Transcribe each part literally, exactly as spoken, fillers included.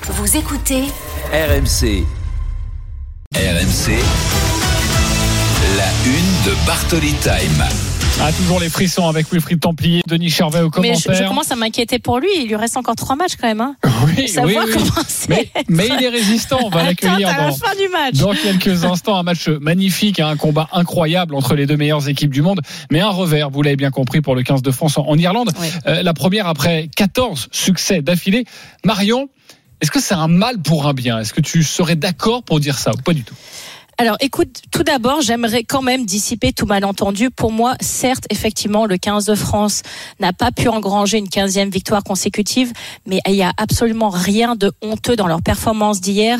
Vous écoutez R M C. R M C, la une de Bartoli Time. Ah, toujours les frissons avec Wilfried Templier, Denis Charvet au commentaire. Mais je, je commence à m'inquiéter pour lui. Il lui reste encore trois matchs quand même. Hein. Oui, ça oui, voit oui. comment c'est. Mais, mais il est résistant. On va l'accueillir à dans, la fin du match. dans quelques instants. Un match magnifique, un combat incroyable entre les deux meilleures équipes du monde. Mais un revers, vous l'avez bien compris, pour le quinze de France en, en Irlande. Oui. Euh, la première après quatorze succès d'affilée. Marion, est-ce que c'est un mal pour un bien ? Est-ce que tu serais d'accord pour dire ça ou pas du tout ? Alors écoute, tout d'abord, j'aimerais quand même dissiper tout malentendu. Pour moi, certes, effectivement, le quinze de France n'a pas pu engranger une quinzième victoire consécutive, mais il n'y a absolument rien de honteux dans leur performance d'hier,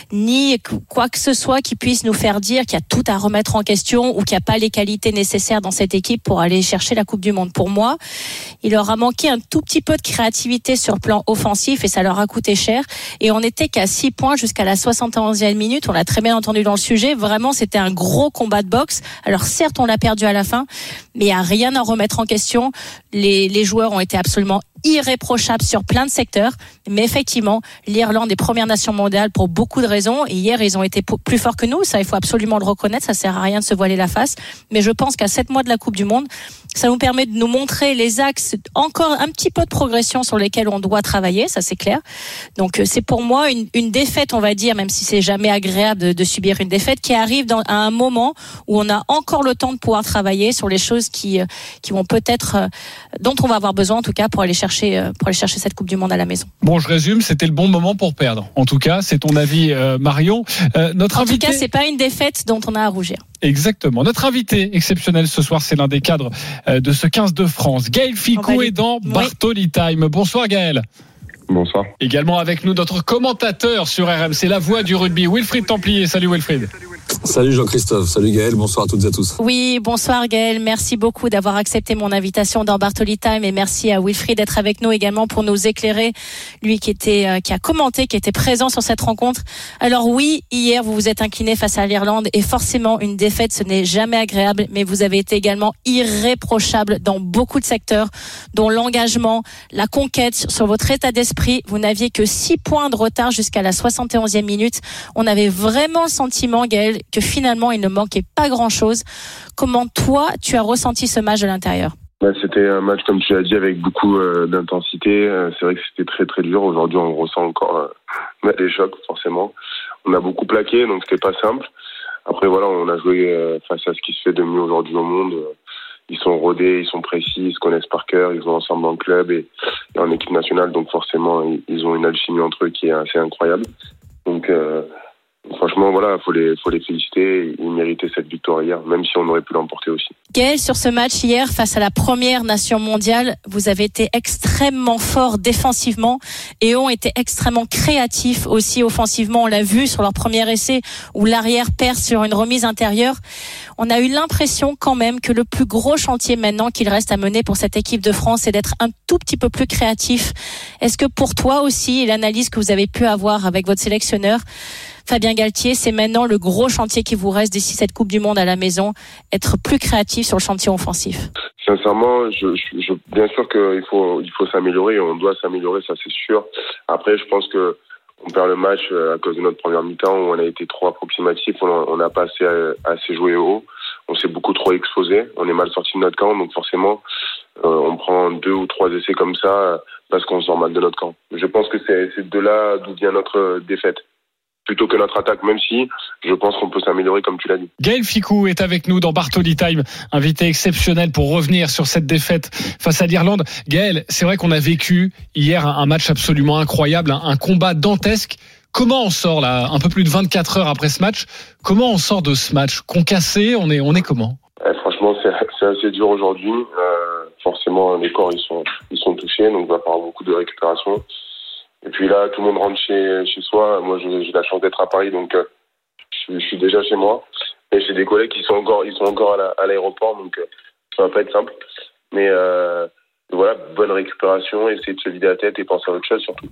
ni quoi que ce soit qui puisse nous faire dire qu'il y a tout à remettre en question ou qu'il n'y a pas les qualités nécessaires dans cette équipe pour aller chercher la Coupe du Monde. Pour moi, il leur a manqué un tout petit peu de créativité sur le plan offensif et ça leur a coûté cher. Et on n'était qu'à six points jusqu'à la soixante et onzième minute. On l'a très bien entendu dans le sujet. Vraiment, c'était un gros combat de boxe. Alors certes, on l'a perdu à la fin, mais il n'y a rien à remettre en question. Les, les joueurs ont été absolument irréprochables sur plein de secteurs. Mais effectivement, l'Irlande est première nation mondiale pour beaucoup de raisons. Et hier, ils ont été plus forts que nous. Ça, il faut absolument le reconnaître. Ça sert à rien de se voiler la face. Mais je pense qu'à sept mois de la Coupe du Monde, ça nous permet de nous montrer les axes, encore un petit peu de progression sur lesquels on doit travailler. Ça, c'est clair. Donc, c'est pour moi une, une défaite, on va dire, même si c'est jamais agréable de, de subir une défaite, qui arrive dans, à un moment où on a encore le temps de pouvoir travailler sur les choses qui, qui vont peut-être, dont on va avoir besoin, en tout cas, pour aller chercher, pour aller chercher cette Coupe du Monde à la maison. Bon, je résume, c'était le bon moment pour perdre. En tout cas, c'est ton avis, euh, Marion. Euh, notre en invité... tout cas, c'est pas une défaite dont on a à rougir. Exactement. Notre invité exceptionnel ce soir, c'est l'un des cadres euh, de ce quinze de France. Gaël Ficou est dans oui. Bartoli Time. Bonsoir Gaël. Bonsoir. Également avec nous notre commentateur sur R M C, la voix du rugby, Wilfried Templier. Salut Wilfried. Salut Jean-Christophe, salut Gaël, bonsoir à toutes et à tous. Oui, bonsoir Gaël, merci beaucoup d'avoir accepté mon invitation dans Bartoli Time et merci à Wilfried d'être avec nous également pour nous éclairer, lui qui était euh, qui a commenté, qui était présent sur cette rencontre. Alors oui, hier vous vous êtes incliné face à l'Irlande et forcément une défaite ce n'est jamais agréable, mais vous avez été également irréprochable dans beaucoup de secteurs, dont l'engagement, la conquête, sur votre état d'esprit. Vous n'aviez que six points de retard jusqu'à la soixante et onzième minute. On avait vraiment le sentiment, Gaël, que finalement il ne manquait pas grand-chose. Comment toi tu as ressenti ce match de l'intérieur ? Bah, c'était un match comme tu l'as dit avec beaucoup euh, d'intensité. Euh, c'est vrai que c'était très très dur. Aujourd'hui on ressent encore euh, des chocs forcément. On a beaucoup plaqué donc c'était pas simple. Après voilà on a joué euh, face à ce qui se fait de mieux aujourd'hui au monde. Ils sont rodés, ils sont précis, ils se connaissent par cœur, ils jouent ensemble dans le club et, et en équipe nationale donc forcément ils, ils ont une alchimie entre eux qui est assez incroyable. Donc euh, franchement, voilà, faut les, faut les féliciter. Ils méritaient cette victoire hier, même si on aurait pu l'emporter aussi. Gaël, sur ce match hier, face à la première nation mondiale, vous avez été extrêmement fort défensivement et ont été extrêmement créatifs aussi offensivement. On l'a vu sur leur premier essai où l'arrière perce sur une remise intérieure. On a eu l'impression quand même que le plus gros chantier maintenant qu'il reste à mener pour cette équipe de France, c'est d'être un tout petit peu plus créatif. Est-ce que pour toi aussi, et l'analyse que vous avez pu avoir avec votre sélectionneur, Fabien Galtier, c'est maintenant le gros chantier qui vous reste d'ici cette Coupe du Monde à la maison, être plus créatif sur le chantier offensif? Sincèrement, je, je, je, bien sûr qu'il faut, il faut s'améliorer, on doit s'améliorer, ça c'est sûr. Après, je pense que on perd le match à cause de notre première mi-temps où on a été trop approximatif, on n'a pas assez, assez joué haut, on s'est beaucoup trop exposé, on est mal sorti de notre camp, donc forcément, euh, on prend deux ou trois essais comme ça parce qu'on sort mal de notre camp. Je pense que c'est, c'est de là d'où vient notre défaite, plutôt que notre attaque, même si je pense qu'on peut s'améliorer comme tu l'as dit. Gaël Ficou est avec nous dans Bartoli Time, invité exceptionnel pour revenir sur cette défaite face à l'Irlande. Gaël, c'est vrai qu'on a vécu hier un match absolument incroyable, un combat dantesque. Comment on sort là, un peu plus de vingt-quatre heures après ce match? Comment on sort de ce match? Concassé, on est, on est comment? eh, Franchement, c'est, c'est assez dur aujourd'hui. Euh, forcément, les corps ils sont, ils sont touchés, donc il va falloir beaucoup de récupération. Et puis là, tout le monde rentre chez, chez soi. Moi, j'ai la chance d'être à Paris, donc euh, je, je suis déjà chez moi. Et j'ai des collègues qui sont encore, ils sont encore à, la, à l'aéroport, donc euh, ça va pas être simple. Mais euh, voilà, bonne récupération, essayer de se vider la tête et penser à autre chose surtout.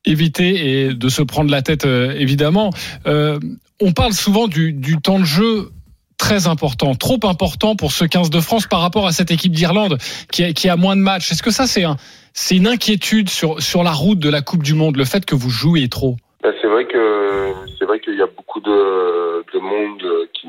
Éviter et de se prendre la tête, euh, évidemment. Euh, on parle souvent du, du temps de jeu très important, trop important pour ce quinze de France par rapport à cette équipe d'Irlande qui a, qui a moins de matchs. Est-ce que ça, c'est un, c'est une inquiétude sur, sur la route de la Coupe du Monde, le fait que vous jouiez trop? Ben, c'est vrai que c'est vrai qu'il y a beaucoup de, de monde qui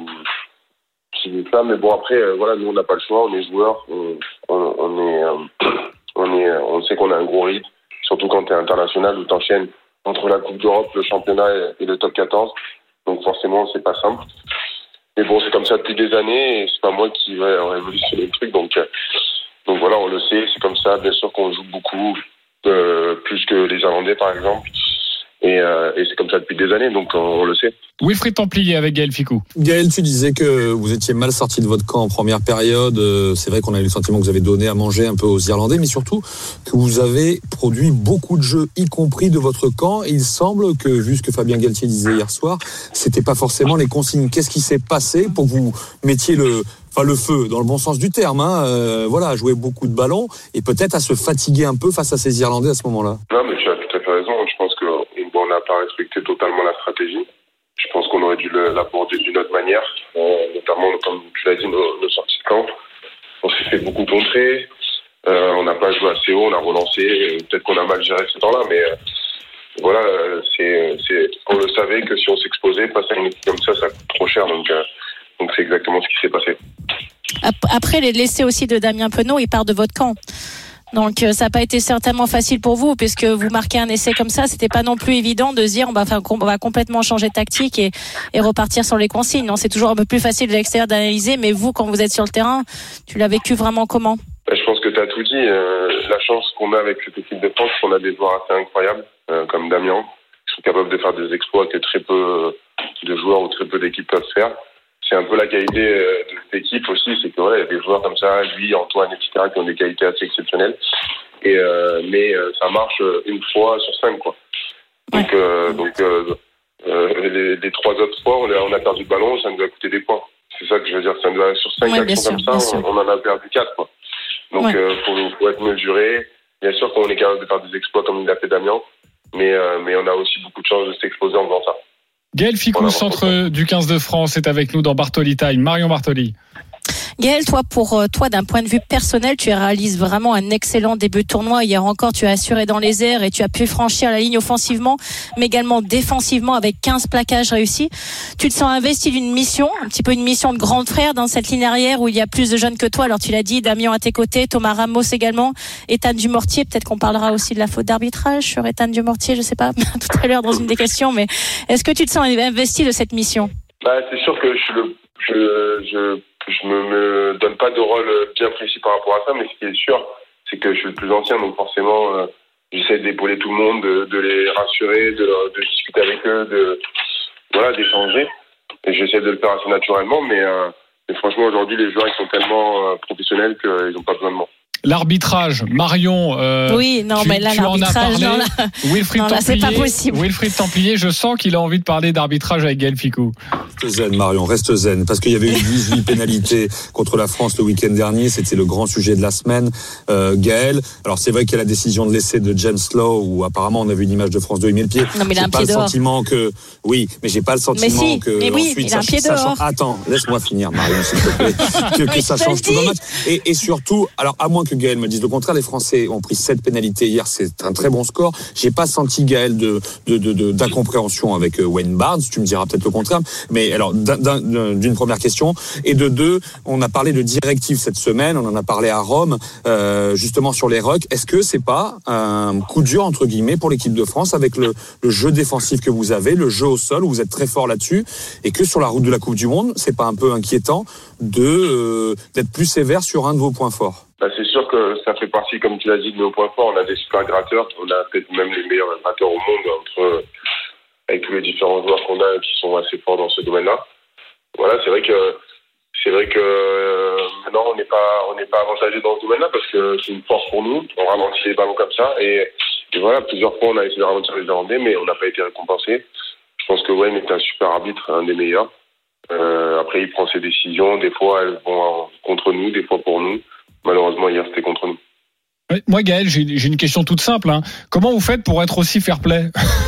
qui dit ça, mais bon après euh, voilà, nous on n'a pas le choix, on est joueurs, on, on, on est euh, on est on sait qu'on a un gros rythme, surtout quand t'es international où t'enchaînes entre la Coupe d'Europe, le championnat et, et le top quatorze, donc forcément c'est pas simple. Mais bon, c'est comme ça depuis des années et c'est pas moi qui vais révolutionner le truc, donc euh, donc voilà, on le sait, c'est comme ça. Bien sûr qu'on joue beaucoup, euh, plus que les Irlandais par exemple. Et, euh, et c'est comme ça depuis des années, donc on, on le sait. Wilfried Templier avec Gaël Fickou. Gaël, tu disais que vous étiez mal sorti de votre camp en première période. C'est vrai qu'on a eu le sentiment que vous avez donné à manger un peu aux Irlandais, mais surtout que vous avez produit beaucoup de jeux, y compris de votre camp. Et il semble que, vu ce que Fabien Galtier disait hier soir, c'était pas forcément les consignes. Qu'est-ce qui s'est passé pour que vous mettiez le... Enfin, le feu, dans le bon sens du terme, hein, euh, voilà, à jouer beaucoup de ballons et peut-être à se fatiguer un peu face à ces Irlandais à ce moment-là. Non, mais tu as tout à fait raison. Je pense qu'on bon, n'a pas respecté totalement la stratégie. Je pense qu'on aurait dû l'aborder d'une autre manière, euh, notamment, comme tu l'as dit, nos, nos sorties de camp. On s'est fait beaucoup contrer. Euh, on n'a pas joué assez haut, on a relancé. Peut-être qu'on a mal géré ce temps-là, mais euh, voilà, c'est, c'est, on le savait que si on s'exposait, passer à une équipe comme ça, ça coûte trop cher. Donc, euh, donc c'est exactement ce qui s'est passé. Après, les laissés aussi de Damien Penaud, il part de votre camp. Donc ça n'a pas été certainement facile pour vous, puisque vous marquez un essai comme ça, c'était pas non plus évident de se dire on va, enfin, on va complètement changer de tactique et, et repartir sur les consignes. Non, c'est toujours un peu plus facile de l'extérieur d'analyser, mais vous, quand vous êtes sur le terrain, tu l'as vécu vraiment comment? Je pense que tu as tout dit. Euh, la chance qu'on a avec cette équipe de France, c'est qu'on a des joueurs assez incroyables, euh, comme Damien, qui sont capables de faire des exploits que très peu de joueurs ou très peu d'équipes peuvent faire. C'est un peu la qualité de cette équipe aussi, c'est que voilà, il y a des joueurs comme ça, lui, Antoine, et cetera, qui ont des qualités assez exceptionnelles. Et euh, mais euh, ça marche une fois sur cinq, quoi. Donc, euh, donc euh, euh, les, les trois autres fois, on a, on a perdu le ballon, ça nous a coûté des points. C'est ça que je veux dire. Ça nous a, sur cinq ouais, actions sûr, comme ça, on, on en a perdu quatre, quoi. Donc, il ouais. euh, faut, faut être mesuré. Bien sûr qu'on est capable de faire des exploits comme il l'a fait Damien, mais euh, mais on a aussi beaucoup de chances de s'exposer en faisant ça. Gaël Fickou, centre du quinze de France, est avec nous dans Bartoli Time. Marion Bartoli. Gaël, toi, pour toi, d'un point de vue personnel, tu réalises vraiment un excellent début de tournoi. Hier encore, tu as assuré dans les airs et tu as pu franchir la ligne offensivement, mais également défensivement avec quinze plaquages réussis. Tu te sens investi d'une mission, un petit peu une mission de grand frère dans cette ligne arrière où il y a plus de jeunes que toi. Alors, tu l'as dit, Damien à tes côtés, Thomas Ramos également, Étienne Dumortier. Peut-être qu'on parlera aussi de la faute d'arbitrage sur Étienne Dumortier, je sais pas, tout à l'heure dans une des questions, mais est-ce que tu te sens investi de cette mission? Bah, c'est sûr que je suis le, je, je, Je me, me donne pas de rôle bien précis par rapport à ça, mais ce qui est sûr, c'est que je suis le plus ancien, donc forcément, euh, j'essaie d'épauler tout le monde, de, de les rassurer, de, de discuter avec eux, de voilà, d'échanger. Et j'essaie de le faire assez naturellement, mais, euh, mais franchement, aujourd'hui, les joueurs ils sont tellement euh, professionnels qu'ils n'ont pas besoin de moi. L'arbitrage, Marion. Euh, oui, non, tu, mais là, tu l'arbitrage, en as parlé. Non, là, Wilfried non, là, Templier, c'est pas possible. Wilfried Templier, je sens qu'il a envie de parler d'arbitrage avec Gaël Fickou. Reste zen, Marion, reste zen, parce qu'il y avait eu dix-huit pénalités contre la France le week-end dernier. C'était le grand sujet de la semaine. Euh, Gaël, alors c'est vrai qu'il y a la décision de l'essai de James Lowe, où apparemment on a vu une image de France deux, il met le pied. Non, mais il a un pas pied le dehors. Sentiment que, oui, mais j'ai pas le sentiment mais si, que mais oui, ensuite il a un pied ça, dehors. ça, attends, laisse-moi finir, Marion, s'il te plaît, que, que ça change tout dans le match. Et, et surtout, alors à moins que Gaël me dise le contraire, les Français ont pris sept pénalités hier, c'est un très bon score. J'ai pas senti Gaël de, de, de, de d'incompréhension avec Wayne Barnes. Tu me diras peut-être le contraire. Mais alors, d'un, d'un, d'une première question et de deux, on a parlé de directives cette semaine. On en a parlé à Rome, euh, justement sur les rucks. Est-ce que c'est pas un coup dur entre guillemets pour l'équipe de France avec le, le jeu défensif que vous avez, le jeu au sol où vous êtes très fort là-dessus, et que sur la route de la Coupe du Monde, c'est pas un peu inquiétant de euh, d'être plus sévère sur un de vos points forts? Bah, c'est sûr que ça fait partie, comme tu l'as dit, de nos points forts. On a des super gratteurs. On a peut-être même les meilleurs gratteurs au monde entre, avec tous les différents joueurs qu'on a qui sont assez forts dans ce domaine-là. Voilà, c'est vrai que, c'est vrai que, euh, maintenant, on n'est pas, on n'est pas avantagé dans ce domaine-là parce que c'est une force pour nous. On ralentit les ballons comme ça et, et voilà, plusieurs fois on a essayé de ralentir les Irlandais, mais on n'a pas été récompensé. Je pense que Wayne est un super arbitre, un des meilleurs. Euh, après, il prend ses décisions. Des fois, elles vont contre nous, des fois pour nous. Malheureusement, hier, c'était contre nous. Moi, Gaël, j'ai, j'ai une question toute simple. Hein. Comment vous faites pour être aussi fair-play?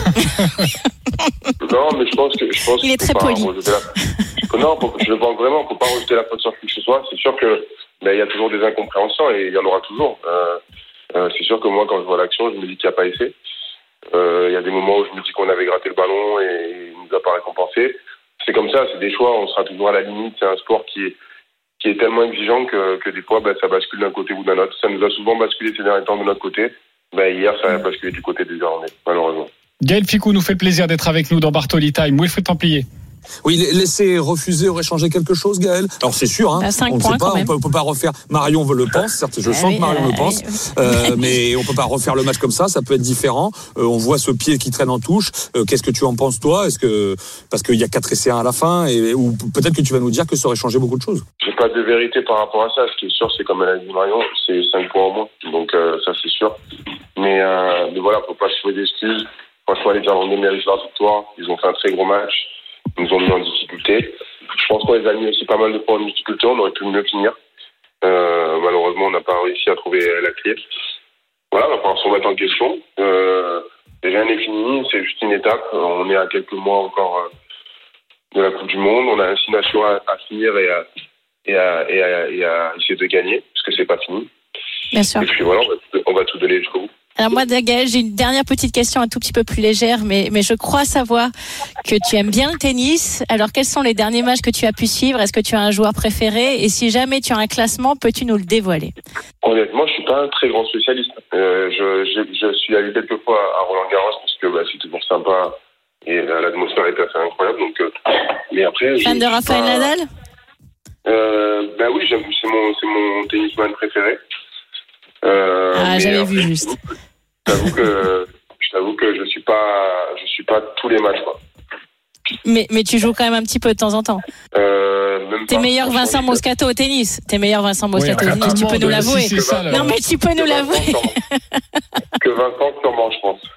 Non, mais je pense que je pense il est très poli. La... Non, faut, je pense vraiment, faut pas rejeter la faute sur qui que ce soit. C'est sûr que ben, il y a toujours des incompréhensions et il y en aura toujours. Euh, euh, c'est sûr que moi, quand je vois l'action, je me dis qu'il n'y a pas essai. Il euh, y a des moments où je me dis qu'on avait gratté le ballon et il nous a pas récompensé. C'est comme ça, c'est des choix, on sera toujours à la limite. C'est un sport qui est qui est tellement exigeant que, que des fois, ben, ça bascule d'un côté ou d'un autre. Ça nous a souvent basculé ces derniers temps de notre côté. Ben, hier, ça a basculé du côté des Irlandais, malheureusement. Gaël Fickou nous fait le plaisir d'être avec nous dans Bartoli Time. Wilfried Templier. Oui, laisser refuser aurait changé quelque chose, Gaël. Alors c'est sûr, hein, bah, on ne sait pas, on peut, on peut pas refaire. Marion veut le pense, certes, je ah sens oui, que Marion euh, le pense, oui. euh, mais on peut pas refaire le match comme ça. Ça peut être différent. Euh, on voit ce pied qui traîne en touche. Euh, qu'est-ce que tu en penses toi ? Est-ce que parce qu'il y a quatre essais à la fin, et ou peut-être que tu vas nous dire que ça aurait changé beaucoup de choses. J'ai pas de vérité par rapport à ça. Ce qui est sûr, c'est comme elle a dit Marion, c'est cinq points en moins. Donc euh, ça c'est sûr. Mais, euh, mais voilà, faut pas se trouver d'excuses. Franchement, les Irlandais méritent leur victoire. Ils ont fait un très gros match. Ils nous ont mis en difficulté. Je pense qu'on les a mis aussi pas mal de points en difficulté. On aurait pu mieux finir. Euh, malheureusement, on n'a pas réussi à trouver la clé. Voilà, on va pouvoir se remettre en question. Euh, rien n'est fini, c'est juste une étape. On est à quelques mois encore de la Coupe du Monde. On a un six nations à, à finir et à, et, à, et, à, et à essayer de gagner, parce que c'est pas fini. Bien sûr. Et puis voilà, on va, on va tout donner jusqu'au bout. Alors moi, Gaël, j'ai une dernière petite question un tout petit peu plus légère, mais, mais je crois savoir que tu aimes bien le tennis. Alors, quels sont les derniers matchs que tu as pu suivre ? Est-ce que tu as un joueur préféré ? Et si jamais tu as un classement, peux-tu nous le dévoiler ? Honnêtement, je suis pas un très grand spécialiste. Euh, je, je, je suis allé quelques fois à Roland-Garros parce que bah, c'est toujours sympa et euh, l'atmosphère est assez incroyable. Donc, euh, mais après, fan de Rafael pas... Nadal ? euh, Ben oui, j'aime, c'est mon, c'est mon tennisman préféré. Euh, ah, j'avais après, vu juste. Je t'avoue que je t'avoue que je suis pas, je suis pas tous les matchs quoi. Mais mais tu joues quand même un petit peu de temps en temps. Euh, même T'es pas, meilleur Vincent Moscato au tennis. T'es meilleur Vincent Moscato oui, au tennis. Tu peux nous l'avouer. Si ça, non mais tu peux que nous l'avouer. Que Vincent sûrement, je pense.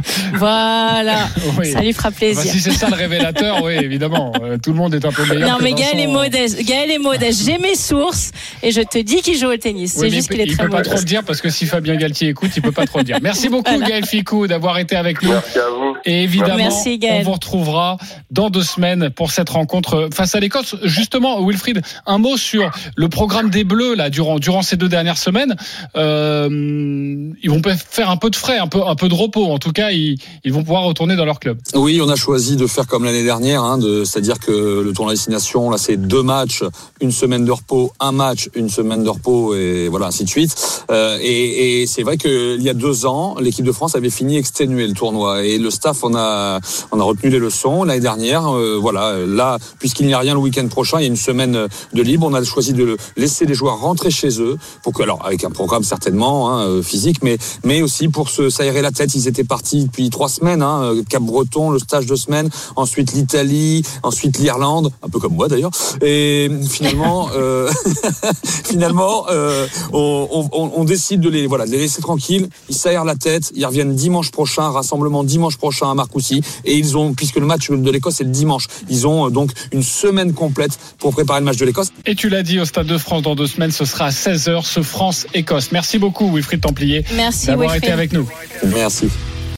Voilà, oui. Ça lui fera plaisir. Enfin, si c'est ça le révélateur, oui, évidemment. Euh, tout le monde est un peu meilleur. Non, mais Gaël est modeste. Gaël est modeste. J'ai mes sources et je te dis qu'il joue au tennis. Oui, c'est juste qu'il est il très modeste. Il peut pas trop le dire parce que si Fabien Galtier écoute, il peut pas trop le dire. Merci beaucoup, voilà. Gaël Fickou, d'avoir été avec nous. Merci à vous. Et évidemment, Merci, on vous retrouvera dans deux semaines pour cette rencontre face à l'Écosse. Justement, Wilfried, un mot sur le programme des Bleus là durant durant ces deux dernières semaines. Euh, ils vont faire un peu de frais, un peu un peu de repos. En tout cas, ils ils vont pouvoir retourner dans leur club. Oui, on a choisi de faire comme l'année dernière, hein, de, c'est-à-dire que le tournoi Destination, là, c'est deux matchs, une semaine de repos, un match, une semaine de repos, et voilà, ainsi de suite. Euh, et, et c'est vrai qu'il y a deux ans, l'équipe de France avait fini exténué le tournoi, et le staff, on a, on a retenu les leçons. L'année dernière, euh, voilà, là, puisqu'il n'y a rien le week-end prochain, il y a une semaine de libre, on a choisi de laisser les joueurs rentrer chez eux, pour que, alors, avec un programme certainement hein, physique, mais, mais aussi pour se s'aérer la tête. Ils étaient partis depuis trois semaines. Hein, Cap-Breton, le stage de semaine, ensuite l'Italie, ensuite l'Irlande, un peu comme moi d'ailleurs. Et finalement, euh, finalement, euh, on, on, on décide de les, voilà, de les laisser tranquilles. Ils s'aèrent la tête. Ils reviennent dimanche prochain, rassemblement dimanche prochain à Marcoussis. Et ils ont, puisque le match de l'Écosse c'est le dimanche, ils ont donc une semaine complète pour préparer le match de l'Écosse. Et tu l'as dit, au Stade de France dans deux semaines, ce sera à seize heures, ce France-Écosse. Merci beaucoup, Wilfried Templier, Merci, d'avoir Wilfried. été avec nous. Merci.